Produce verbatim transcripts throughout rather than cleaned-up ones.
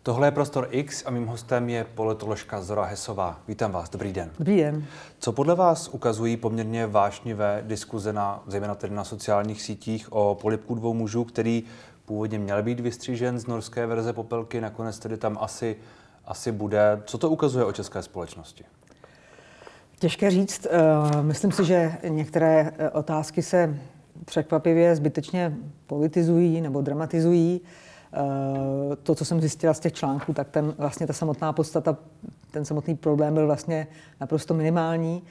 Tohle je Prostor X a mým hostem je politoložka Zora Hessová. Vítám vás, dobrý den. Dobrý den. Co podle vás ukazují poměrně vášnivé diskuze, na, zejména tedy na sociálních sítích, o polibku dvou mužů, který původně měl být vystřížen z norské verze Popelky, nakonec tedy tam asi, asi bude. Co to ukazuje o české společnosti? Těžké říct. Myslím si, že některé otázky se překvapivě zbytečně politizují nebo dramatizují. To, co jsem zjistila z těch článků, tak ten, vlastně ta samotná podstata, ten samotný problém byl vlastně naprosto minimální.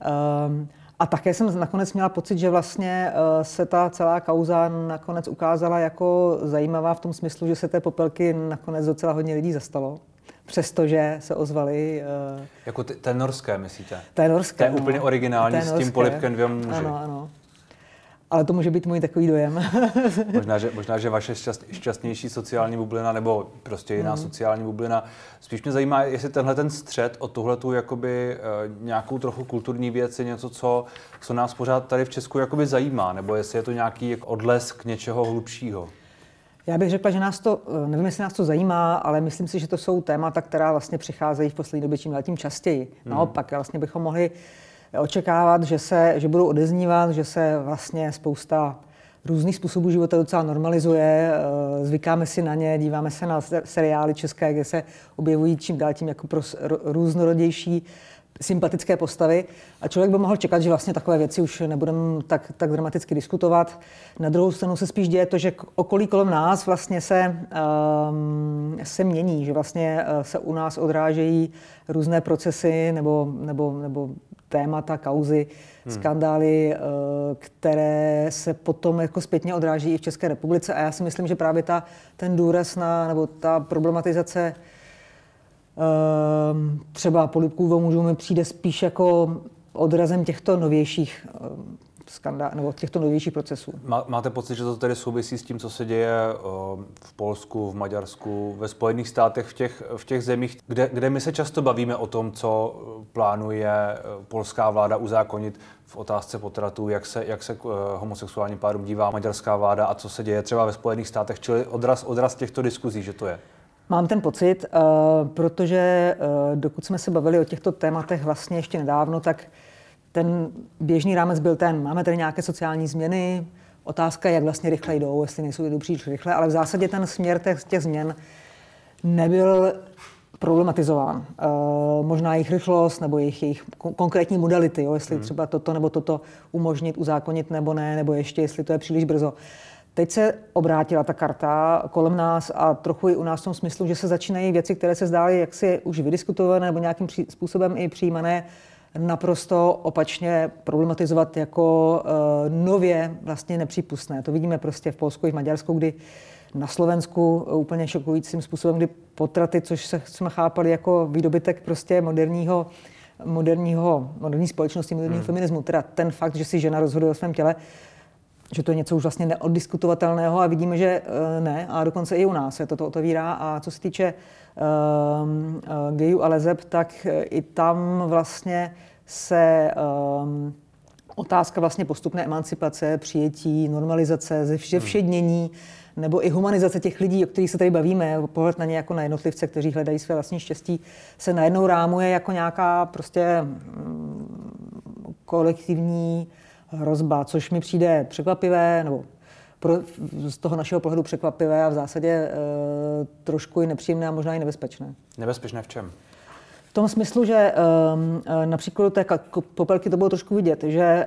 A také jsem nakonec měla pocit, že vlastně se ta celá kauza nakonec ukázala jako zajímavá v tom smyslu, že se té Popelky nakonec docela hodně lidí zastalo. Přestože se ozvali... Jako ty, té norské, myslíte? Té norské, To je úplně originální s tím polibkem dvěma muži. Ano, ano. Ale to může být můj takový dojem. možná, že, možná, že vaše šťast, šťastnější sociální bublina, nebo prostě jiná hmm. sociální bublina. Spíš mě zajímá, jestli tenhle ten střet o tuhletu jakoby e, nějakou trochu kulturní věc je něco, co, co nás pořád tady v Česku jakoby zajímá, nebo jestli je to nějaký odlesk něčeho hlubšího. Já bych řekla, že nás to, nevím, jestli nás to zajímá, ale myslím si, že to jsou témata, která vlastně přicházejí v poslední době čím dál tím častěji. Hmm. Naopak, vlastně bychom mohli očekávat, že se, že budou odeznívat, že se vlastně spousta různých způsobů života docela normalizuje, zvykáme si na ně, díváme se na seriály české, kde se objevují čím dál tím jako pro různorodější sympatické postavy a člověk by mohl čekat, že vlastně takové věci už nebudeme tak, tak dramaticky diskutovat. Na druhou stranu se spíš děje to, že okolí kolem nás vlastně se, um, se mění, že vlastně se u nás odrážejí různé procesy nebo, nebo, nebo témata, kauzy, hmm. skandály, které se potom jako zpětně odráží i v České republice a já si myslím, že právě ta, ten důraz na, nebo ta problematizace třeba polibků dvou mužů mi přijde spíš jako odrazem těchto novějších skandálů nebo těchto novějších procesů. Máte pocit, že to tedy souvisí s tím, co se děje v Polsku, v Maďarsku, ve Spojených státech, v těch, v těch zemích, kde, kde my se často bavíme o tom, co plánuje polská vláda uzákonit v otázce potratů, jak se, jak se k homosexuálním párům dívá maďarská vláda a co se děje třeba ve Spojených státech, čili odraz, odraz těchto diskuzí, že to je? Mám ten pocit, protože dokud jsme se bavili o těchto tématech vlastně ještě nedávno, tak ten běžný rámec byl ten, máme tady nějaké sociální změny, otázka je, jak vlastně rychle jdou, jestli nejsou jdou příliš rychle, ale v zásadě ten směr těch, těch změn nebyl problematizován. Možná jejich rychlost nebo jejich, jejich konkrétní modality, jo, jestli hmm. třeba toto nebo toto umožnit, uzákonit nebo ne, nebo ještě jestli to je příliš brzo. Teď se obrátila ta karta kolem nás a trochu i u nás v tom smyslu, že se začínají věci, které se zdály jaksi už vydiskutované nebo nějakým pří, způsobem i přijímané, naprosto opačně problematizovat jako uh, nově vlastně nepřípustné. To vidíme prostě v Polsku i v Maďarsku, kdy na Slovensku úplně šokujícím způsobem, kdy potraty, což se, jsme chápali jako výdobytek prostě moderního, moderního, moderní společnosti, moderního hmm. feminismu. Teda ten fakt, že si žena rozhoduje o svém těle, že to je něco už vlastně neoddiskutovatelného a vidíme, že ne, a dokonce i u nás se toto otevírá. A co se týče um, uh, gayů a leseb, tak i tam vlastně se um, otázka vlastně postupné emancipace, přijetí, normalizace, zevšednění, nebo i humanizace těch lidí, o kterých se tady bavíme, pohled na ně jako na jednotlivce, kteří hledají své vlastní štěstí, se najednou rámuje jako nějaká prostě um, kolektivní hrozba, což mi přijde překvapivé, nebo pro, z toho našeho pohledu překvapivé a v zásadě e, trošku i nepříjemné a možná i nebezpečné. Nebezpečné v čem? V tom smyslu, že e, například té Popelky to bylo trošku vidět, že e,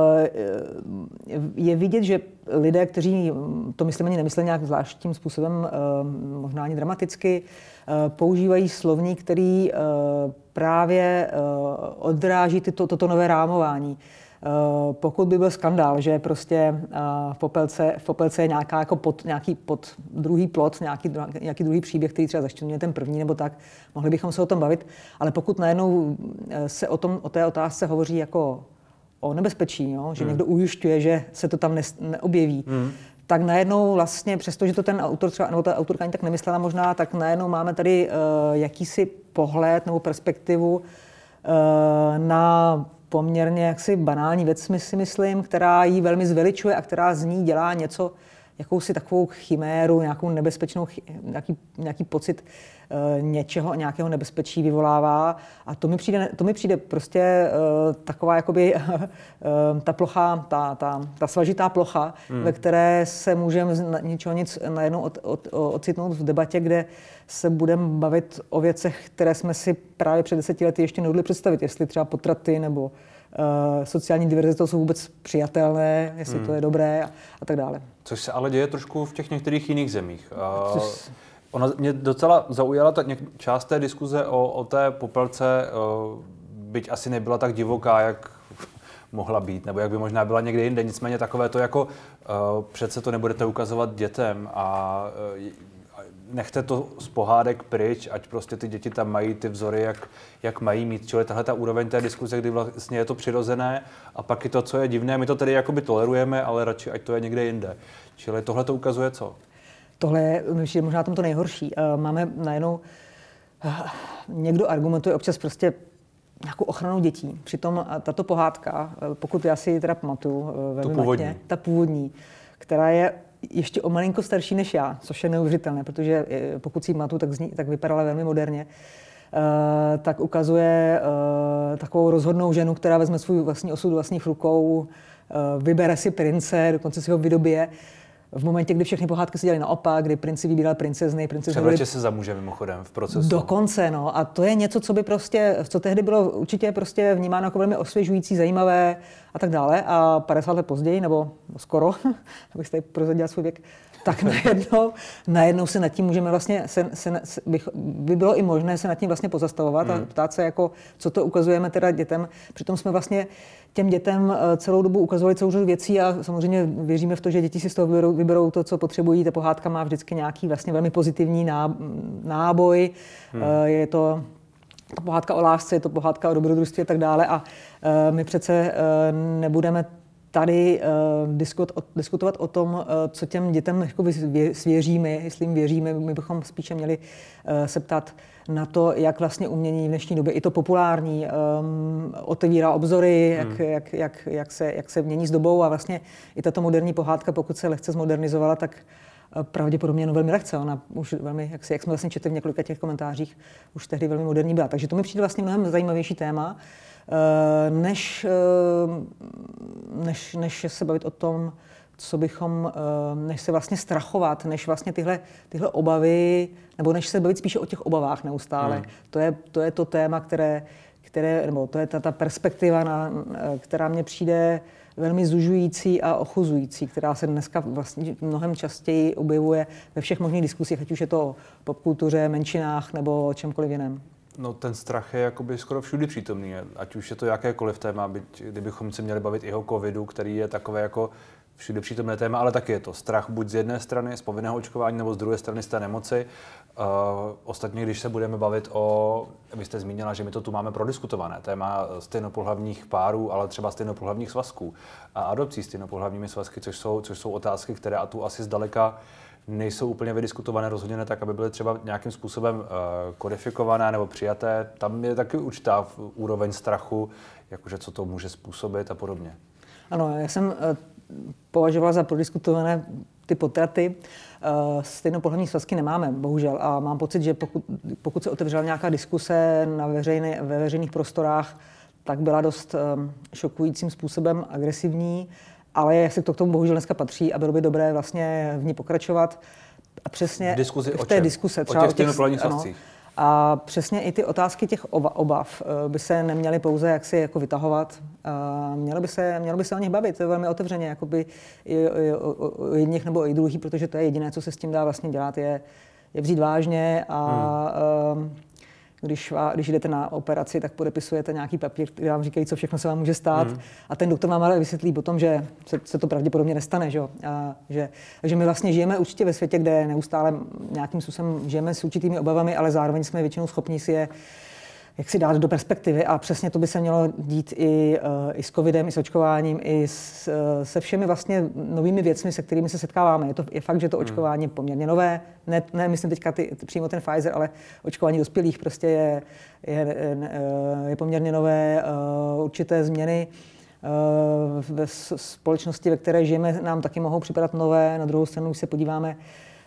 je vidět, že lidé, kteří to myslím ani nemysleli nějak zvláštním způsobem, e, možná ani dramaticky, e, používají slovník, který e, právě e, odráží tyto, toto nové rámování. Pokud by byl skandál, že prostě v Popelce, v Popelce je nějaká jako pod, nějaký pod druhý plot, nějaký, nějaký druhý příběh, který třeba začne ten první nebo tak, mohli bychom se o tom bavit, ale pokud najednou se o, tom, o té otázce hovoří jako o nebezpečí, jo? Že hmm. někdo ujišťuje, že se to tam ne, neobjeví, hmm. tak najednou vlastně, přestože to ten autor třeba, nebo ta autorka ani tak nemyslela možná, tak najednou máme tady uh, jakýsi pohled nebo perspektivu uh, na poměrně jaksi banální věc, si myslím, která jí velmi zveličuje a která z ní dělá něco, jakousi takovou chiméru, nějakou nebezpečnou, nějaký, nějaký pocit uh, něčeho, nějakého nebezpečí vyvolává. A to mi přijde, to mi přijde prostě uh, taková jakoby uh, ta plocha, ta, ta, ta svažitá plocha, hmm. ve které se můžeme z ničeho nic najednou od, od, ocitnout v debatě, kde se budeme bavit o věcech, které jsme si právě před deseti lety ještě neudli představit, jestli třeba potraty nebo uh, sociální diverzitou jsou vůbec přijatelné, jestli hmm. to je dobré a, a tak dále. Což se ale děje trošku v těch některých jiných zemích. Uh, Což... Ona mě docela zaujala ta něk- část té diskuze o, o té Popelce, uh, byť asi nebyla tak divoká, jak mohla být, nebo jak by možná byla někde jinde. Nicméně takové to jako uh, přece to nebudete ukazovat dětem a uh, nechte to z pohádek pryč, ať prostě ty děti tam mají ty vzory, jak, jak mají mít. Čili tahle ta úroveň té diskuze, kdy vlastně je to přirozené a pak je to, co je divné. My to tedy jakoby tolerujeme, ale radši ať to je někde jinde. Čili tohle to ukazuje co? Tohle je možná tom to nejhorší. Máme najednou, někdo argumentuje občas prostě nějakou ochranu dětí. Přitom tato pohádka, pokud já si ji teda pamatuju, velmi matně, ta původní, která je ještě o malinko starší než já, což je neuvěřitelné, protože pokud si ji pamatuju, tak, zní, tak vypadala velmi moderně, uh, tak ukazuje uh, takovou rozhodnou ženu, která vezme svůj vlastní osud do vlastních rukou, uh, vybere si prince, dokonce si ho vydobije. V momentě, kdy všechny pohádky se dělaly naopak, kdy princi vybíral princezny, princezny... Převleče byly... se za muže mimochodem v procesu. Dokonce, no. A to je něco, co by prostě, co tehdy bylo určitě prostě vnímáno jako velmi osvěžující, zajímavé a tak dále. A padesát let později, nebo skoro, abych tady prozradila svůj věk, tak najednou, najednou se nad tím můžeme vlastně, se, se, se, by bylo i možné se nad tím vlastně pozastavovat hmm. a ptát se, jako, co to ukazujeme teda dětem. Přitom jsme vlastně těm dětem celou dobu ukazovali celou řadu věcí a samozřejmě věříme v to, že děti si z toho vyberou, vyberou to, co potřebují. Ta pohádka má vždycky nějaký vlastně velmi pozitivní náboj. Hmm. Je to to pohádka o lásce, je to pohádka o dobrodružství a tak dále a my přece nebudeme tady uh, diskutovat, diskutovat o tom, uh, co těm dětem jako svěříme, jestli jim věříme. My bychom spíše měli uh, se ptát na to, jak vlastně umění v dnešní době, i to populární, um, otevírá obzory, hmm. jak, jak, jak, jak, se, jak se mění s dobou a vlastně i tato moderní pohádka, pokud se lehce zmodernizovala, tak uh, pravděpodobně no velmi lehce. Ona už velmi, jak, si, jak jsme vlastně četli v několika těch komentářích, už tehdy velmi moderní byla. Takže to mi přijde vlastně mnohem zajímavější téma, Než, než, než se bavit o tom, co bychom, než se vlastně strachovat, než vlastně tyhle, tyhle obavy, nebo než se bavit spíše o těch obavách neustále. Hmm. To je, to je to téma, které, které nebo to je ta, ta perspektiva, na, která mně přijde velmi zužující a ochuzující, která se dneska vlastně mnohem častěji objevuje ve všech možných diskusích, ať už je to o popkultuře, menšinách nebo o čemkoliv jiném. No ten strach je jakoby skoro všudy přítomný, ať už je to jakékoliv téma, byť, kdybychom se měli bavit i o covidu, který je takové jako všude přítomné téma, ale taky je to strach buď z jedné strany z povinného očkování nebo z druhé strany z té nemoci. Uh, ostatně, když se budeme bavit o, vy jste zmínila, že my to tu máme prodiskutované, téma stejnopohlavních párů, ale třeba stejnopohlavních svazků a adopcí stejnopohlavními svazky, což jsou, což jsou otázky, které a tu asi zdaleka nejsou úplně vydiskutované, rozhodně ne tak, aby byly třeba nějakým způsobem uh, kodifikované nebo přijaté. Tam je taky určitá úroveň strachu, jakože co to může způsobit a podobně. Ano, já jsem uh, považovala za prodiskutované ty potraty. Uh, stejnopohlavní svazky nemáme, bohužel. A mám pocit, že pokud, pokud se otevřela nějaká diskuse na veřejné, ve veřejných prostorách, tak byla dost um, šokujícím způsobem agresivní. Ale jak se to k tomu bohužel dneska patří a bylo by dobré vlastně v ní pokračovat. A přesně v, diskuzi v té diskuse. Třeba o těch stejnopohlavních svazcích. A přesně i ty otázky těch obav by se neměly pouze jaksi jako vytahovat. Mělo by se, mělo by se o nich bavit velmi otevřeně, jakoby i, i, o, o jedních nebo i druhých, protože to je jediné, co se s tím dá vlastně dělat, je, je vzít vážně a hmm. Když, když jdete na operaci, tak podepisujete nějaký papír, který vám říkají, co všechno se vám může stát. Mm. A ten doktor vám ale vysvětlí potom, že se, se to pravděpodobně nestane. Že? A že, že my vlastně žijeme určitě ve světě, kde neustále nějakým způsobem žijeme s určitými obavami, ale zároveň jsme většinou schopni si je jak si dát do perspektivy. A přesně to by se mělo dít i, i s covidem, i s očkováním, i s, se všemi vlastně novými věcmi, se kterými se setkáváme. Je to je fakt, že to očkování je poměrně nové. Ne, ne myslím teďka ty, přímo ten Pfizer, ale očkování dospělých prostě je, je, je poměrně nové. Určité změny ve společnosti, ve které žijeme, nám taky mohou připadat nové. Na druhou stranu, když se podíváme,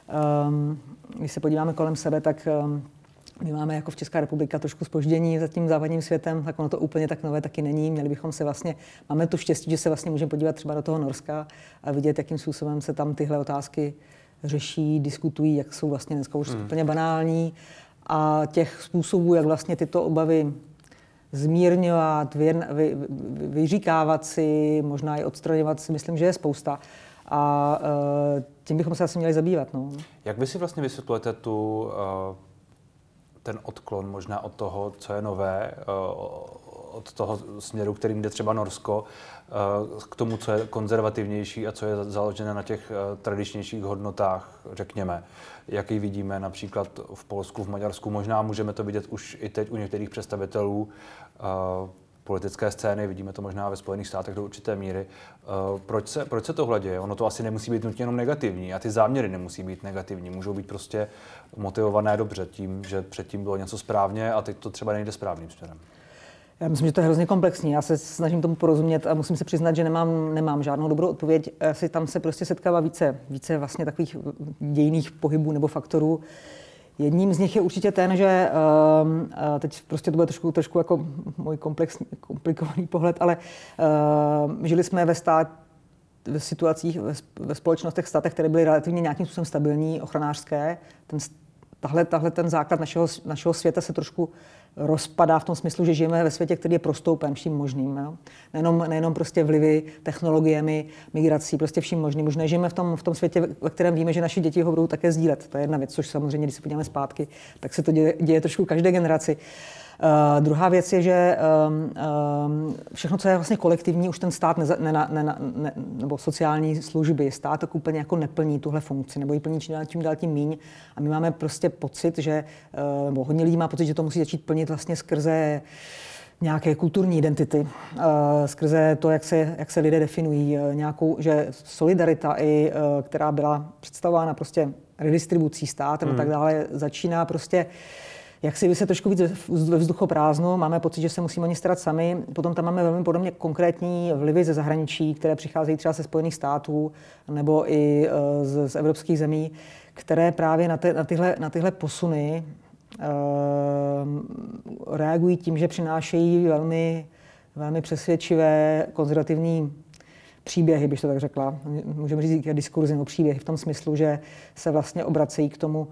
když se podíváme kolem sebe, tak my máme jako v Česká republika trošku zpoždění za tím západním světem, tak ono to úplně tak nové taky není. Měli bychom se vlastně, máme to štěstí, že se vlastně můžeme podívat třeba do toho Norska a vidět, jakým způsobem se tam tyhle otázky řeší, diskutují, jak jsou vlastně dneska už hmm. úplně banální. A těch způsobů, jak vlastně tyto obavy zmírňovat, vy, vy, vy, vyříkávat si, možná i odstraňovat si, myslím, že je spousta. A uh, tím bychom se asi měli zabývat. No. Jak vy si vlastně vysvětlujete tu, uh, ten odklon možná od toho, co je nové, uh, od toho směru, kterým jde třeba Norsko, uh, k tomu, co je konzervativnější a co je založené na těch uh, tradičnějších hodnotách, řekněme. Jaký vidíme například v Polsku, v Maďarsku, možná můžeme to vidět už i teď u některých představitelů uh, politické scény, vidíme to možná ve Spojených státech do určité míry. Uh, proč se, proč se tohle děje? Ono to asi nemusí být nutně jenom negativní a ty záměry nemusí být negativní. Můžou být prostě motivované dobře tím, že předtím bylo něco správně a teď to třeba nejde správným směrem. Já myslím, že to je hrozně komplexní. Já se snažím tomu porozumět a musím se přiznat, že nemám, nemám žádnou dobrou odpověď. Asi tam se prostě setkává více, více vlastně takových dějinných pohybů nebo faktorů. Jedním z nich je určitě ten, že uh, teď prostě to bude trošku, trošku jako můj komplexní, komplikovaný pohled, ale uh, žili jsme ve stát, ve situacích, ve, ve společnostech, státech, které byly relativně nějakým způsobem stabilní, ochranářské. Ten, tahle, tahle ten základ našeho, našeho světa se trošku rozpadá v tom smyslu, že žijeme ve světě, který je prostoupen vším možným. Jo? Nejenom, nejenom prostě vlivy, technologiemi, migrací, prostě vším možným. Už nežijeme v tom, v tom světě, ve kterém víme, že naši děti ho budou také sdílet. To je jedna věc, což samozřejmě, když se podíváme zpátky, tak se to děje, děje trošku každé generaci. Uh, druhá věc je, že um, um, všechno, co je vlastně kolektivní, už ten stát neza, ne, ne, ne, ne, nebo sociální služby, stát tak úplně jako neplní tuhle funkci, nebo ji plní čím dál tím, dál tím míň. A my máme prostě pocit, že uh, nebo hodně lidí má pocit, že to musí začít plnit vlastně skrze nějaké kulturní identity, uh, skrze to, jak se, jak se lidé definují, uh, nějakou, že solidarita, i, uh, která byla představována prostě redistribucí státem hmm. a tak dále, začíná prostě jak si se trošku víc ve vzduchoprázdnu, máme pocit, že se musíme o ně starat sami. Potom tam máme velmi podobně konkrétní vlivy ze zahraničí, které přicházejí třeba ze Spojených států nebo i z, z evropských zemí, které právě na, te, na, tyhle, na tyhle posuny uh, reagují tím, že přinášejí velmi, velmi přesvědčivé konzervativní příběhy, bych to tak řekla. Můžeme říct diskurzy nebo příběhy v tom smyslu, že se vlastně obracejí k tomu,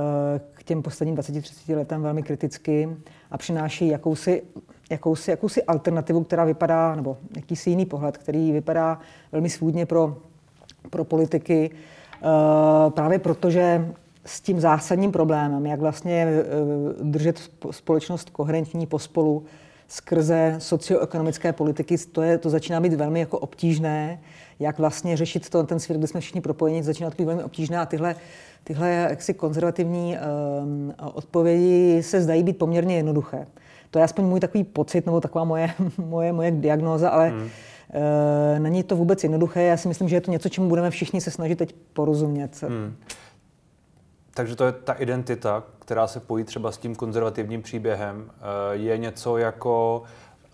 k těm posledním dvaceti třiceti letem velmi kriticky a přináší jakousi, jakousi, jakousi alternativu, která vypadá, nebo jakýsi jiný pohled, který vypadá velmi svůdně pro, pro politiky, právě protože s tím zásadním problémem, jak vlastně držet společnost koherentní pospolu skrze socioekonomické politiky, to, je, to začíná být velmi jako obtížné, jak vlastně řešit to, ten svět, kde jsme všichni propojeni, začíná to být velmi obtížné a tyhle, tyhle jaksi konzervativní um, odpovědi se zdají být poměrně jednoduché. To je aspoň můj takový pocit, nebo taková moje, moje, moje diagnóza, ale hmm. uh, není to vůbec jednoduché. Já si myslím, že je to něco, čemu budeme všichni se snažit teď porozumět. Hmm. Takže to je ta identita, která se pojí třeba s tím konzervativním příběhem, je něco jako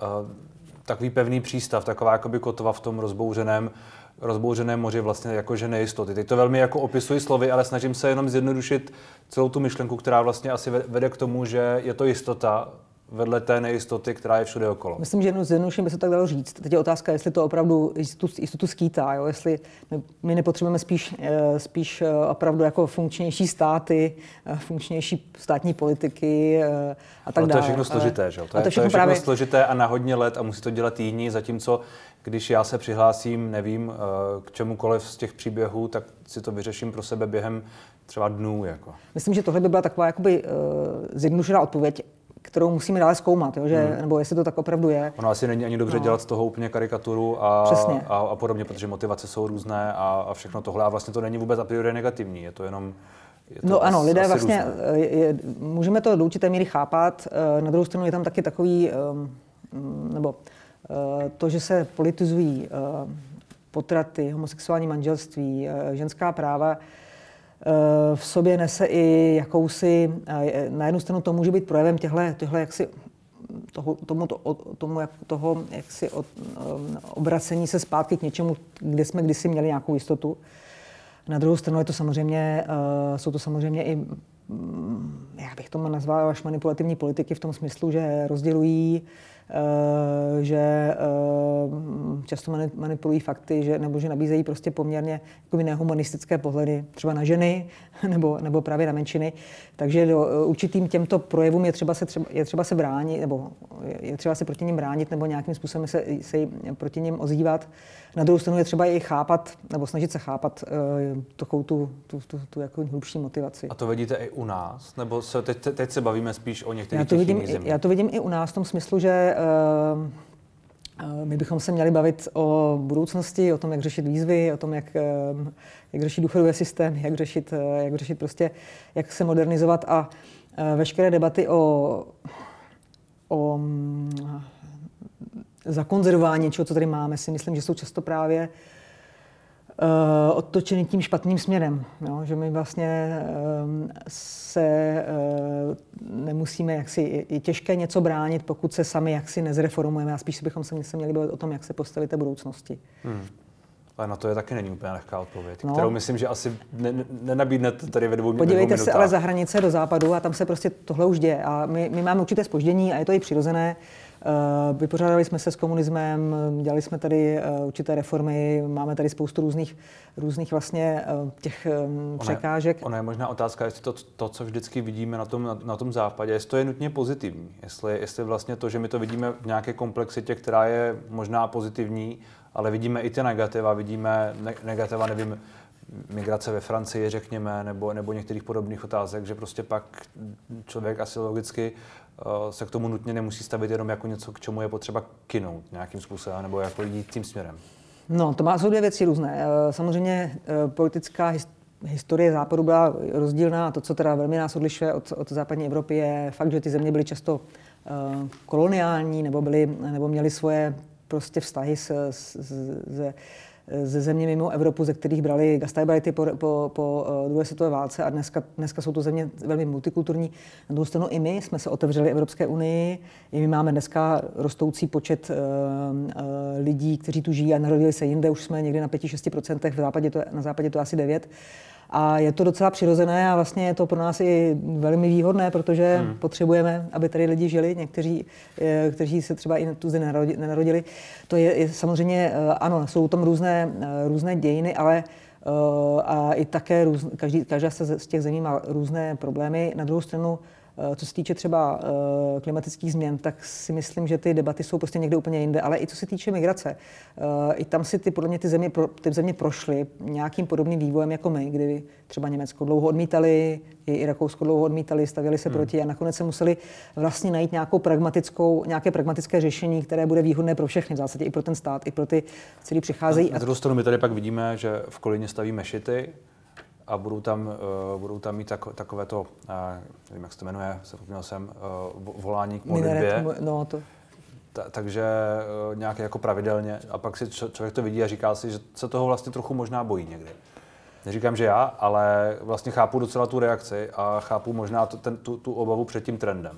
takový pevný přístav, taková jakoby kotva v tom rozbouřeném, rozbouřeném moři vlastně jakože nejistoty. Teď to velmi jako opisuji slovy, ale snažím se jenom zjednodušit celou tu myšlenku, která vlastně asi vede k tomu, že je to jistota vedle té nejistoty, která je všude okolo. Myslím, že zjednodušeně by se tak dalo říct. Teď je otázka, jestli to opravdu jistotu, jistotu skýtá, jo? Jestli my, my nepotřebujeme spíš, spíš opravdu jako funkčnější státy, funkčnější státní politiky a tak dále. To je všechno složité, že? To je, to je všechno, to je všechno právě složité a na hodně let a musí to dělat jiní, zatímco když já se přihlásím, nevím, k čemukoliv z těch příběhů, tak si to vyřeším pro sebe během třeba dnů. Jako. Myslím, že tohle by byla taková jakoby zjednodušená odpověď, kterou musíme dále zkoumat, jo, že, hmm. nebo jestli to tak opravdu je. Ono asi není ani dobře no. dělat z toho úplně karikaturu a, a, a podobně, protože motivace jsou různé a, a všechno tohle. A vlastně to není vůbec a priori negativní, je to jenom... Je to no as, ano, lidé vlastně, je, je, můžeme to do určité míry chápat, na druhou stranu je tam taky takový, um, nebo uh, to, že se politizují uh, potraty, homosexuální manželství, uh, ženská práva, v sobě nese i jakousi, na jednu stranu to může být projevem těchto, těchto jaksi toho, tomu, to, tomu jak, toho jaksi od, obracení se zpátky k něčemu, kde jsme kdysi měli nějakou jistotu. Na druhou stranu je to samozřejmě, uh, jsou to samozřejmě i, um, já bych tomu nazval až manipulativní politiky v tom smyslu, že rozdělují, uh, že uh, často manipulují fakty, že, nebo že nabízejí prostě poměrně jakoby nehumanistické pohledy třeba na ženy nebo, nebo právě na menšiny. Takže do, uh, určitým těmto projevům je třeba se, třeba, je třeba se bránit, nebo je třeba se proti nim bránit, nebo nějakým způsobem se, se proti nim ozývat. Na druhou stranu je třeba i chápat, nebo snažit se chápat uh, takovou tu, tu, tu, tu jako hlubší motivaci. A to vidíte i u nás? Nebo se teď, teď se bavíme spíš o některých já to těch vidím, jiných zemích? Já to vidím i u nás v tom smyslu, že uh, uh, my bychom se měli bavit o budoucnosti, o tom, jak řešit výzvy, o tom, jak, uh, jak řešit důchodové systémy, jak řešit, uh, jak řešit prostě, jak se modernizovat a uh, veškeré debaty o, o um, zakonzervování něčeho, co tady máme, si myslím, že jsou často právě uh, odtočeny tím špatným směrem. Jo? Že my vlastně uh, se uh, nemusíme jaksi, je těžké něco bránit, pokud se sami jaksi nezreformujeme a spíš bychom se, se měli bavit o tom, jak se postavit té budoucnosti. Hmm. Ale na to je taky není úplně lehká odpověď, no. kterou myslím, že asi ne, nenabídnete tady ve dvou minutách. Podívejte se ale za hranice do západu a tam se prostě tohle už děje. A my, my máme určité zpoždění a je to i přirozené. Uh, vypořádali jsme se s komunismem, dělali jsme tady uh, určité reformy, máme tady spoustu různých, různých vlastně uh, těch um, překážek. Ona je možná otázka, jestli to, to co vždycky vidíme na tom, na, na tom západě, jestli to je nutně pozitivní. Jestli, jestli vlastně to, že my to vidíme v nějaké komplexitě, která je možná pozitivní, ale vidíme i ty negativa, vidíme ne- negativa, nevím, migrace ve Francii, řekněme, nebo, nebo některých podobných otázek, že prostě pak člověk asi logicky uh, se k tomu nutně nemusí stavit jenom jako něco, k čemu je potřeba kynout nějakým způsobem, nebo jako jít tím směrem. No, to má, jsou dvě věci různé. Samozřejmě politická historie Západu byla rozdílná a to, co teda velmi nás odlišuje od, od západní Evropy, je fakt, že ty země byly často uh, koloniální nebo, byly, nebo měly svoje prostě vztahy s, s, s, ze země mimo Evropu, ze kterých brali gastarbeity po, po, po druhé světové válce a dneska, dneska jsou to země velmi multikulturní. Na druhou stranu i my jsme se otevřeli Evropské unii, i my máme dneska rostoucí počet uh, uh, lidí, kteří tu žijí a narodili se jinde, už jsme někdy na pět až šest procent, v západě to, na západě to asi devět. A je to docela přirozené a vlastně je to pro nás i velmi výhodné, protože hmm. potřebujeme, aby tady lidi žili, někteří, kteří se třeba i tu zde nenarodili. To je, je samozřejmě, ano, jsou tam různé, různé dějiny, ale a i také růz, každý, každá z těch zemí má různé problémy. Na druhou stranu, co se týče třeba klimatických změn, tak si myslím, že ty debaty jsou prostě někde úplně jinde. Ale i co se týče migrace, i tam si ty, podle mě ty země, ty země prošly nějakým podobným vývojem jako my, kdy třeba Německo dlouho odmítali, i Rakousko dlouho odmítali, stavěli se hmm. proti a nakonec se museli vlastně najít nějakou pragmatickou, nějaké pragmatické řešení, které bude výhodné pro všechny, v zásadě i pro ten stát, i pro ty, kteří přicházejí. Na druhou stranu my tady pak vidíme, že v Kolíně staví mešity, a budou tam, uh, budou tam mít tako, takové to, uh, nevím, jak se to jmenuje, zapomněl jsem, uh, volání k modlitbě. No, to. Ta, takže uh, nějaké jako pravidelně. A pak si č- člověk to vidí a říká si, že se toho vlastně trochu možná bojí někdy. Neříkám, že já, ale vlastně chápu docela tu reakci a chápu možná to, ten, tu, tu obavu před tím trendem.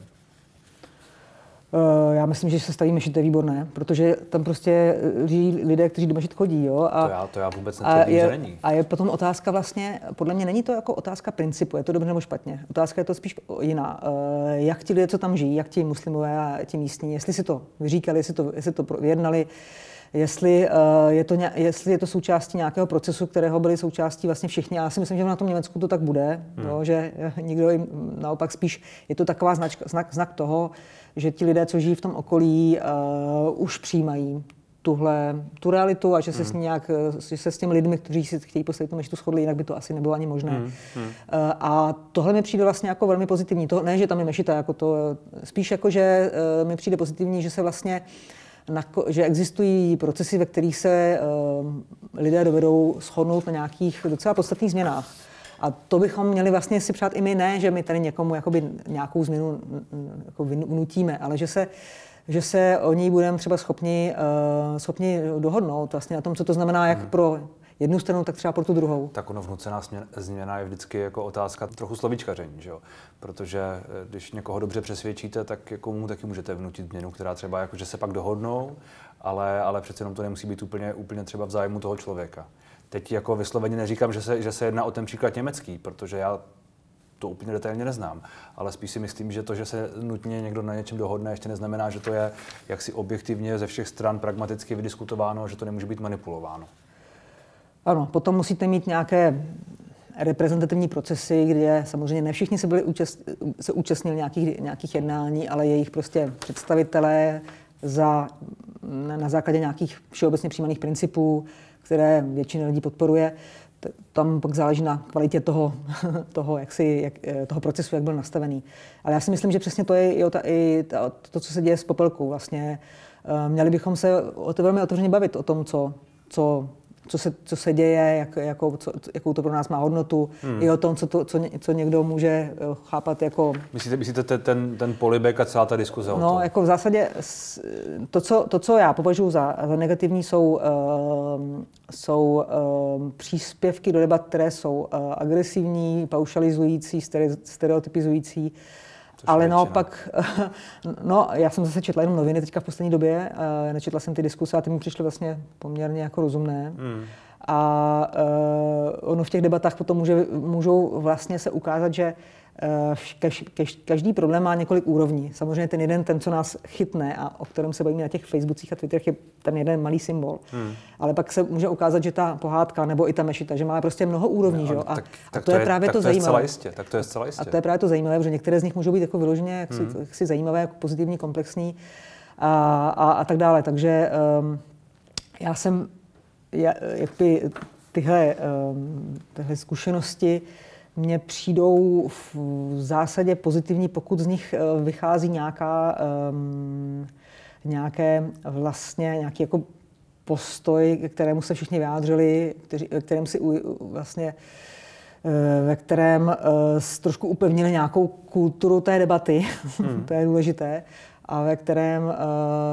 Já myslím, že se staví mešity výborné, protože tam prostě žijí lidé, kteří do mešit chodí. Jo? A, to, já, to já vůbec netvrdím, že není. A je potom otázka vlastně, podle mě není to jako otázka principu, je to dobře nebo špatně. Otázka je to spíš jiná. Jak ti lidé, co tam žijí, jak ti muslimové a ti místní, jestli si to vyříkali, jestli to, jestli to vyjednali, jestli, uh, je to ně, jestli je to součástí nějakého procesu, kterého byli součástí vlastně všichni. A já si myslím, že na tom Německu to tak bude, hmm. jo, že nikdo jim naopak spíš, je to taková značka, znak, znak toho, že ti lidé, co žijí v tom okolí, uh, už přijímají tuhle, tu realitu a že se, hmm. s ní nějak, že se s těmi lidmi, kteří si chtějí postavit tu mešitu, shodli, jinak by to asi nebylo ani možné. Hmm. Hmm. Uh, a tohle mi přijde vlastně jako velmi pozitivní. To, ne, že tam je mešita, jako to, spíš jako, že uh, mi přijde pozitivní, že se vlastně Na, že existují procesy, ve kterých se uh, lidé dovedou shodnout na nějakých docela podstatných změnách. A to bychom měli vlastně si přát i my, ne, že my tady někomu jakoby nějakou změnu jako vnutíme, ale že se, že se o ní budeme třeba schopni, uh, schopni dohodnout vlastně na tom, co to znamená jak pro jednu stranu, tak třeba pro tu druhou. Tak ono vnucená změna je vždycky jako otázka trochu slovíčkaření, že jo? Protože když někoho dobře přesvědčíte, tak jako mu taky můžete vnutit změnu, která třeba jako, že se pak dohodnou, ale, ale přece jenom to nemusí být úplně, úplně třeba v zájmu toho člověka. Teď jako vysloveně neříkám, že se, že se jedná o ten příklad německý, protože já to úplně detailně neznám, ale spíš si myslím, že to, že se nutně někdo na něčem dohodne, ještě neznamená, že to je jaksi objektivně ze všech stran pragmaticky vydiskutováno, že to nemůže být manipulováno. Ano, potom musíte mít nějaké reprezentativní procesy, kde samozřejmě ne všichni se, byli účast, se účastnili nějakých, nějakých jednání, ale jejich prostě představitelé za, na základě nějakých všeobecně přijímaných principů, které většina lidí podporuje. Tam pak záleží na kvalitě toho, toho, jak si, jak, toho procesu, jak byl nastavený. Ale já si myslím, že přesně to je i, ta, i ta, to, co se děje s Popelkou. Vlastně měli bychom se o to velmi otevřeně bavit, o tom, co, co, co, se, co se děje, jak, jako, co, jakou to pro nás má hodnotu, hmm. i o tom, co, to, co, co někdo může chápat jako... Myslíte, myslíte ten, ten polibek a celá ta diskuze o No, tom? jako v zásadě to, co, to, co já považuji za, za negativní, jsou, uh, jsou uh, příspěvky do debat, které jsou uh, agresivní, paušalizující, stereotypizující. Což ale naopak, no, já jsem zase četla jenom noviny teďka v poslední době, uh, nečetla jsem ty diskuse a ty mi přišly vlastně poměrně jako rozumné. Hmm. A uh, ono v těch debatách potom může, můžou vlastně se ukázat, že Kaž, kaž, každý problém má několik úrovní. Samozřejmě ten jeden, ten, co nás chytne a o kterém se bavíme na těch Facebookích a Twitterech, je ten jeden malý symbol. Hmm. Ale pak se může ukázat, že ta pohádka nebo i ta mešita, že má prostě mnoho úrovní. No, že? A, tak, a tak to, to je právě tak to, to zajímavé. Jistě, tak to je zcela jistě. A to je právě to zajímavé, protože některé z nich můžou být jako vyloženě jaksi, hmm. jaksi zajímavé, jako pozitivní, komplexní a, a, a tak dále. Takže um, já jsem já, jakby tyhle, um, tyhle zkušenosti mně přijdou v zásadě pozitivní, pokud z nich vychází nějaká, um, nějaké vlastně, nějaký jako postoj, k kterému se všichni vyjádřili, kteří, kterém si vlastně, ve kterém uh, trošku upevnili nějakou kulturu té debaty, hmm. to je důležité, a ve kterém uh,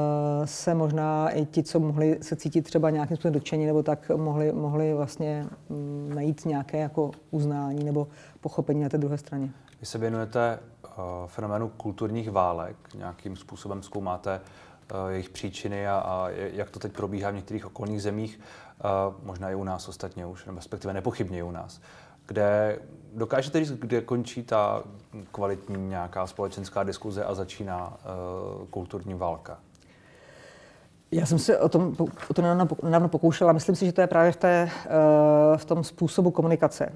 se možná i ti, co mohli se cítit třeba nějakým způsobem dotčení, nebo tak mohli, mohli vlastně um, najít nějaké jako uznání nebo pochopení na té druhé straně. Vy se věnujete uh, fenoménu kulturních válek, nějakým způsobem zkoumáte uh, jejich příčiny a, a jak to teď probíhá v některých okolních zemích, uh, možná i u nás ostatně už, nebo respektive nepochybně i u nás. Kde dokážete říct, kde končí ta kvalitní nějaká společenská diskuze a začíná uh, kulturní válka? Já jsem se o tom, o tom nedávno pokoušela. Myslím si, že to je právě v, té, v tom způsobu komunikace.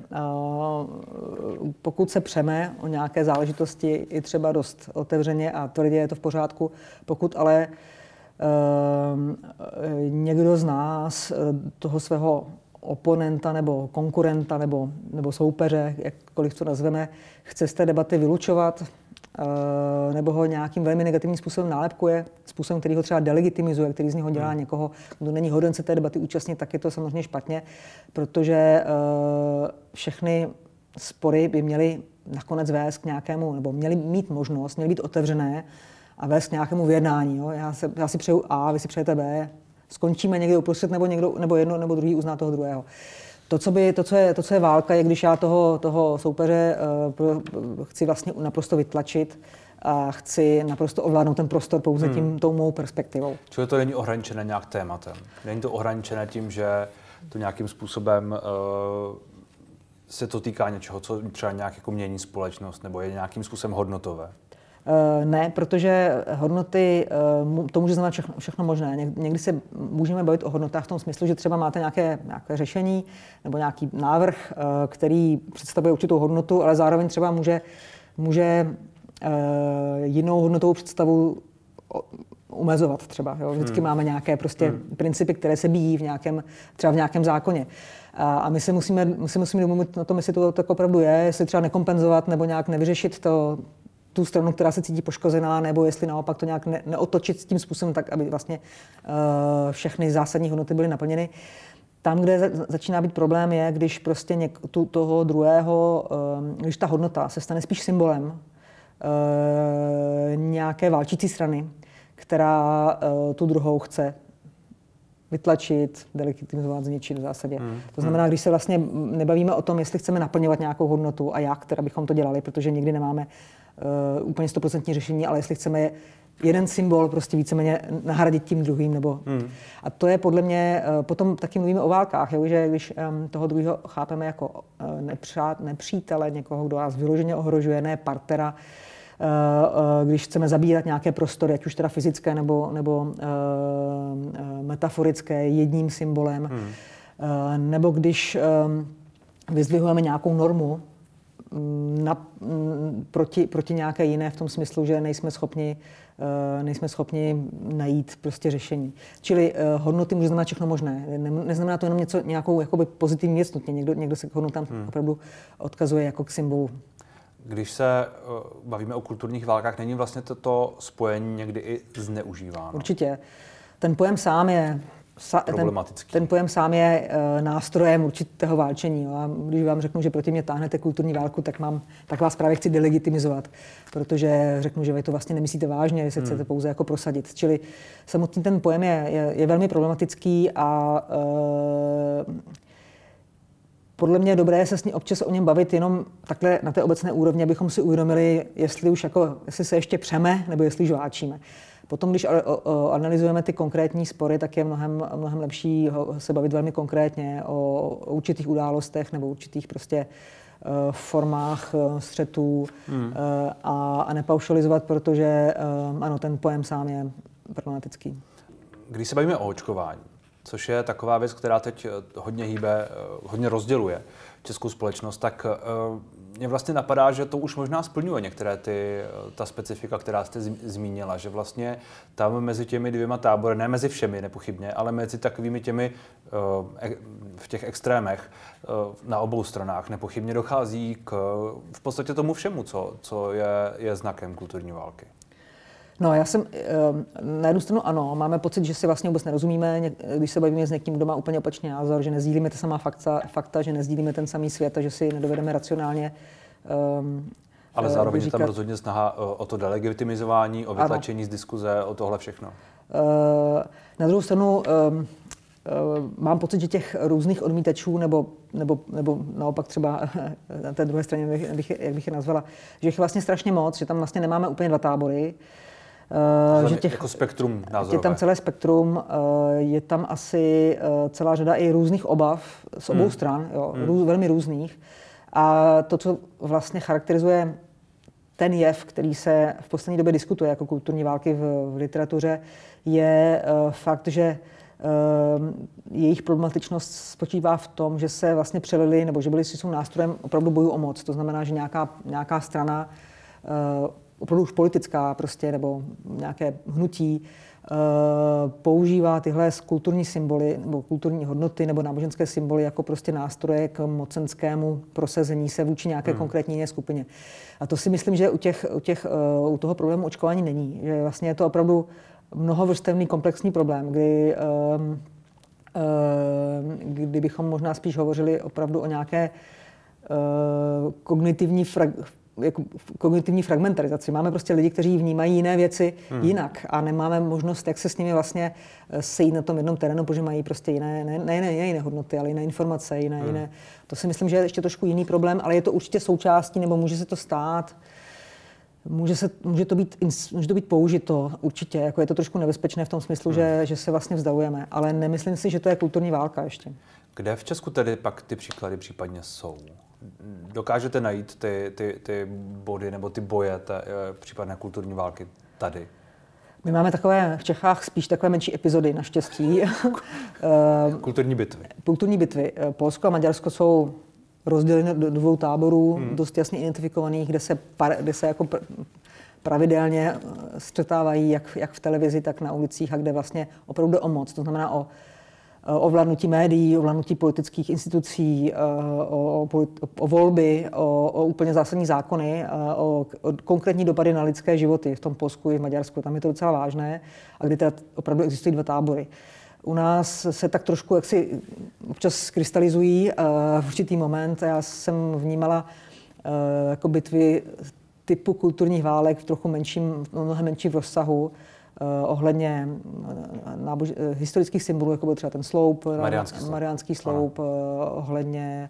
Pokud se přeme o nějaké záležitosti i třeba dost otevřeně a tvrdě, je to v pořádku, pokud ale někdo z nás toho svého oponenta nebo konkurenta nebo, nebo soupeře, jakkoliv to nazveme, chce z té debaty vylučovat, nebo ho nějakým velmi negativním způsobem nálepkuje, způsobem, který ho třeba delegitimizuje, který z něho dělá někoho, kdo není hoden se té debaty účastnit, tak je to samozřejmě špatně, protože všechny spory by měly nakonec vést k nějakému, nebo měly mít možnost, měly být otevřené a vést k nějakému vyjednání. Jo? Já, se, já si přeju A, vy si přejete B, skončíme někde uprostřed, nebo, někdo, nebo jedno, nebo druhý uzná toho druhého. To, co, by, to, co, je, to, co je válka, je, když já toho, toho soupeře uh, chci vlastně naprosto vytlačit a chci naprosto ovládnout ten prostor pouze tím, hmm. tou mou perspektivou. Čili to není ohraničené nějak tématem? Není to ohraničené tím, že to nějakým způsobem uh, se to týká něčeho, co třeba nějak jako mění společnost, nebo je nějakým způsobem hodnotové? Ne, protože hodnoty, to může znamenat všechno, všechno možné. Někdy se můžeme bavit o hodnotách v tom smyslu, že třeba máte nějaké, nějaké řešení nebo nějaký návrh, který představuje určitou hodnotu, ale zároveň třeba může, může jinou hodnotovou představu omezovat třeba. Jo? Vždycky hmm. máme nějaké prostě hmm. principy, které se bíjí v nějakém, třeba v nějakém zákoně. A, a my se musíme, my se musíme domluvit na tom, jestli to tak opravdu je, jestli třeba nekompenzovat nebo nějak nevyřešit to, tu stranu, která se cítí poškozená, nebo jestli naopak to nějak ne, neotočit s tím způsobem tak, aby vlastně uh, všechny zásadní hodnoty byly naplněny. Tam, kde začíná být problém, je, když prostě něk, tu, toho druhého, um, když ta hodnota se stane spíš symbolem uh, nějaké válčící strany, která uh, tu druhou chce vytlačit, delegitimizovat, zničit v zásadě. Hmm. To znamená, když se vlastně nebavíme o tom, jestli chceme naplňovat nějakou hodnotu a jak, teda bychom to dělali, protože nikdy nemáme uh, úplně stoprocentní řešení, ale jestli chceme jeden symbol prostě víceméně nahradit tím druhým. Nebo... Hmm. A to je podle mě, uh, potom taky mluvíme o válkách, jo, že když um, toho druhého chápeme jako uh, nepřát, nepřítele, někoho, kdo nás vyloženě ohrožuje, ne partnera, když chceme zabírat nějaké prostory, ať už teda fyzické nebo, nebo uh, metaforické, jedním symbolem, hmm. uh, nebo když um, vyzdvihujeme nějakou normu na, m, proti, proti nějaké jiné v tom smyslu, že nejsme schopni, uh, nejsme schopni najít prostě řešení. Čili uh, hodnoty může znamenat všechno možné. Ne, neznamená to jenom něco, nějakou jakoby pozitivní věc nutně. Někdo, někdo se k hodnotám hmm. opravdu odkazuje jako k symbolu. Když se uh, bavíme o kulturních válkách, není vlastně toto spojení někdy i zneužíváno? Určitě. Ten pojem sám je problematický. Ten, ten pojem sám je uh, nástrojem určitého válčení. Jo. A když vám řeknu, že proti mě táhnete kulturní válku, tak, mám, tak vás právě chci delegitimizovat, protože řeknu, že vy to vlastně nemyslíte vážně, vy se hmm. chcete pouze jako prosadit. Čili samotný ten pojem je, je, je velmi problematický a uh, podle mě je dobré se s ní občas o něm bavit jenom takhle na té obecné úrovni, abychom si uvědomili, jestli už jako, jestli se ještě přeme, nebo jestli už váčíme. Potom, když analyzujeme ty konkrétní spory, tak je mnohem, mnohem lepší se bavit velmi konkrétně o, o určitých událostech nebo určitých prostě uh, formách uh, střetů hmm. uh, a, a nepaušalizovat, protože uh, ano, ten pojem sám je problematický. Když se bavíme o očkování, což je taková věc, která teď hodně hýbe, hodně rozděluje českou společnost, tak mě vlastně napadá, že to už možná splňuje některé ty, ta specifika, která jste zmínila, že vlastně tam mezi těmi dvěma tábory, ne mezi všemi nepochybně, ale mezi takovými těmi v těch extrémech na obou stranách nepochybně dochází k v podstatě tomu všemu, co, co je, je znakem kulturní války. No, já jsem, na jednu stranu ano, máme pocit, že si vlastně vůbec nerozumíme, když se bavíme s někým, kdo má úplně opačný názor, že nezdílíme ta samá fakta, fakta, že nezdílíme ten samý svět a že si nedovedeme racionálně um, ale zároveň vyříkat. Je tam rozhodně snaha o to delegitimizování, o vytlačení ano. z diskuze, o tohle všechno. Uh, na druhou stranu um, uh, mám pocit, že těch různých odmítačů, nebo, nebo, nebo naopak třeba na té druhé straně, jak bych, jak bych je nazvala, že jich vlastně strašně moc, že tam vlastně nemáme úplně dva tábory. Uh, že těch, jako spektrum názorové. Je tam celé spektrum, uh, je tam asi uh, celá řada i různých obav z obou hmm. stran, jo, hmm. růz, velmi různých. A to, co vlastně charakterizuje ten jev, který se v poslední době diskutuje jako kulturní války v, v literatuře, je uh, fakt, že uh, jejich problematičnost spočívá v tom, že se vlastně přelili, nebo že byli si jsou nástrojem opravdu boju o moc. To znamená, že nějaká, nějaká strana uh, opravdu už politická prostě, nebo nějaké hnutí, uh, používá tyhle kulturní symboly, nebo kulturní hodnoty, nebo náboženské symboly jako prostě nástroje k mocenskému prosazení se vůči nějaké hmm. konkrétní jiné skupině. A to si myslím, že u, těch, u, těch, uh, u toho problému očkování není. Že vlastně je to opravdu mnohovrstevný komplexní problém, kdy, uh, uh, kdybychom možná spíš hovořili opravdu o nějaké uh, kognitivní frag- jako kognitivní fragmentarizaci. Máme prostě lidi, kteří vnímají jiné věci hmm. jinak a nemáme možnost, jak se s nimi vlastně sejít na tom jednom terénu, protože mají prostě jiné, ne, ne, ne jiné hodnoty, ale jiné informace, jiné, hmm. jiné. To si myslím, že je ještě trošku jiný problém, ale je to určitě součástí, nebo může se to stát. Může, se, může, to být, může to být použito určitě, jako je to trošku nebezpečné v tom smyslu, hmm. že, že se vlastně vzdalujeme, ale nemyslím si, že to je kulturní válka ještě. Kde v Česku tedy pak ty příklady případně jsou? Dokážete najít ty, ty, ty body nebo ty boje, ty případné kulturní války tady? My máme takové v Čechách spíš takové menší epizody, naštěstí. Kulturní bitvy. Kulturní bitvy. Polsko a Maďarsko jsou rozděleny do dvou táborů, hmm. dost jasně identifikovaných, kde se, kde se jako pravidelně střetávají jak, jak v televizi, tak na ulicích a kde vlastně opravdu jde o moc. To znamená o ovládnutí médií, ovládnutí politických institucí, o, o, o volby, o, o úplně zásadní zákony, o, o konkrétní dopady na lidské životy v tom Polsku i v Maďarsku. Tam je to docela vážné a kdy teda opravdu existují dva tábory. U nás se tak trošku jaksi občas krystalizují v určitý moment. Já jsem vnímala jako bitvy typu kulturních válek v trochu menším, mnohem menším rozsahu. ohledně nábož, historických symbolů, jako byl třeba ten sloup, Mariánský sloup, Mariánský sloup ohledně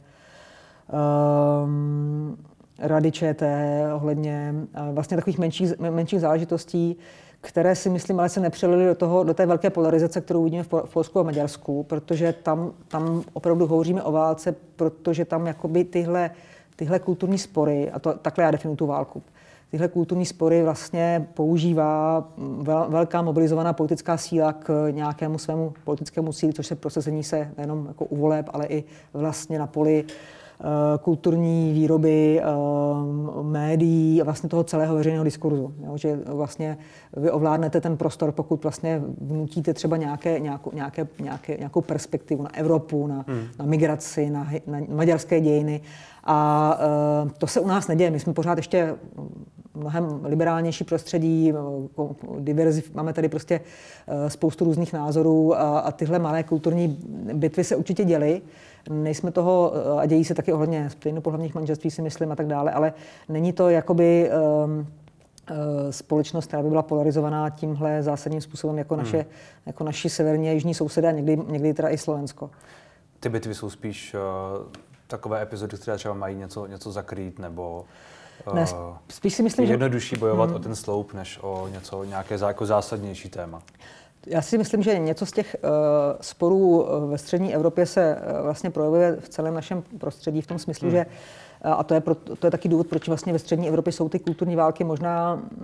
um, Rady ČT, ohledně uh, vlastně takových menších, menších záležitostí, které si myslím, ale se nepřelily do toho, do té velké polarizace, kterou vidíme v, v Polsku a Maďarsku, protože tam, tam opravdu hovoříme o válce, protože tam jakoby tyhle, tyhle kulturní spory, a to, takhle já definuji tu válku, tyhle kulturní spory vlastně používá vel, velká mobilizovaná politická síla k nějakému svému politickému cíli, což se prosazení se nejenom jako u voleb, ale i vlastně na poli kulturní výroby, médií a vlastně toho celého veřejného diskurzu. Jo, že vlastně vy ovládnete ten prostor, pokud vlastně vnutíte třeba nějaké, nějakou, nějaké, nějaké, nějakou perspektivu na Evropu, na, hmm. na migraci, na, na maďarské dějiny. A to se u nás neděje. My jsme pořád ještě mnohem liberálnější prostředí, diverziv, máme tady prostě spoustu různých názorů a, a tyhle malé kulturní bitvy se určitě děly. Nejsme toho, a dějí se taky ohledně stejnopohlavních manželství, si myslím, a tak dále, ale není to jakoby um, uh, společnost, která by byla polarizovaná tímhle zásadním způsobem jako, naše, hmm. jako naši severní a jižní sousedé a někdy, někdy teda i Slovensko. Ty bitvy jsou spíš uh, takové epizody, které třeba mají něco, něco zakrýt, nebo uh, ne, spíš si myslím, je jednodušší bojovat hmm. o ten sloup, než o něco, nějaké jako zásadnější téma. Já si myslím, že něco z těch uh, sporů ve střední Evropě se uh, vlastně projevuje v celém našem prostředí v tom smyslu, hmm. že uh, a to je, pro, to je taky důvod, proč vlastně ve střední Evropě jsou ty kulturní války možná uh,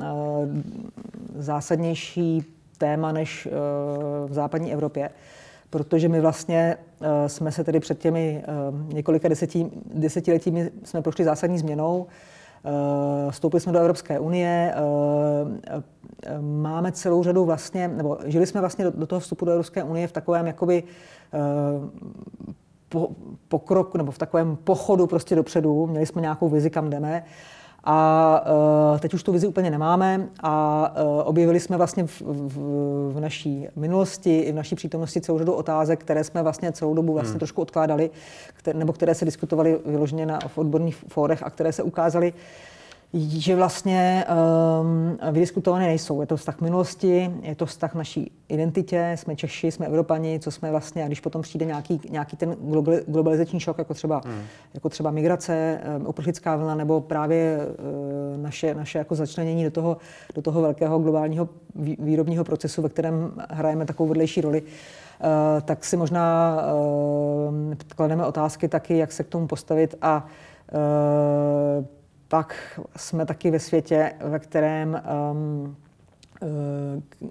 zásadnější téma než uh, v západní Evropě. Protože my vlastně uh, jsme se tedy před těmi uh, několika desetí, desetiletími jsme prošli zásadní změnou. Uh, vstoupili jsme do Evropské unie, uh, uh, máme celou řadu vlastně, nebo žili jsme vlastně do, do toho vstupu do Evropské unie v takovém jakoby uh, po, pokrok, nebo v takovém pochodu prostě dopředu. Měli jsme nějakou vizi, kam jdeme. A uh, teď už tu vizi úplně nemáme a uh, objevili jsme vlastně v, v, v naší minulosti i v naší přítomnosti celou řadu otázek, které jsme vlastně celou dobu vlastně hmm. trošku odkládali, které, nebo které se diskutovaly vyloženě na, v odborných fórech a které se ukázaly, že vlastně um, vydiskutované nejsou. Je to vztah minulosti, je to vztah naší identitě, jsme Češi, jsme Evropani, co jsme vlastně, a když potom přijde nějaký, nějaký ten globalizační šok, jako třeba, hmm. jako třeba migrace, um, uprchlická vlna, nebo právě uh, naše, naše jako začlenění do toho, do toho velkého globálního výrobního procesu, ve kterém hrajeme takovou vedlejší roli, uh, tak si možná uh, klademe otázky taky, jak se k tomu postavit a uh, pak jsme taky ve světě, ve kterém um, uh,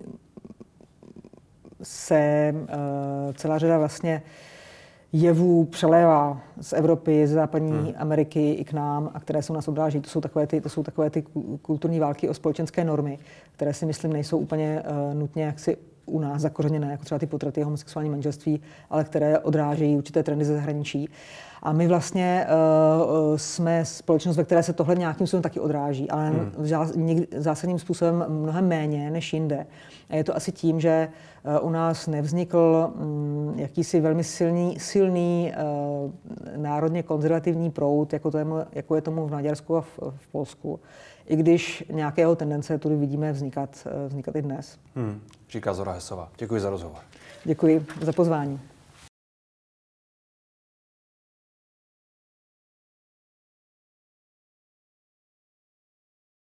se uh, celá řada vlastně jevů přelévá z Evropy, z západní hmm. Ameriky i k nám a které se u nás odráží. To jsou takové ty, to jsou takové ty kulturní války o společenské normy, které si myslím nejsou úplně uh, nutně jaksi u nás zakořeněné, jako třeba ty potraty a homosexuální manželství, ale které odrážejí určité trendy ze zahraničí. A my vlastně uh, jsme společnost, ve které se tohle nějakým způsobem taky odráží, ale hmm. zásadním způsobem mnohem méně než jinde. A je to asi tím, že uh, u nás nevznikl um, jakýsi velmi silný, silný uh, národně konzervativní proud, jako, to je, jako je tomu v Maďarsku a v, v Polsku. I když nějakého tendence tudy vidíme vznikat, vznikat i dnes. Hmm. Říká Zora Hesová. Děkuji za rozhovor. Děkuji za pozvání.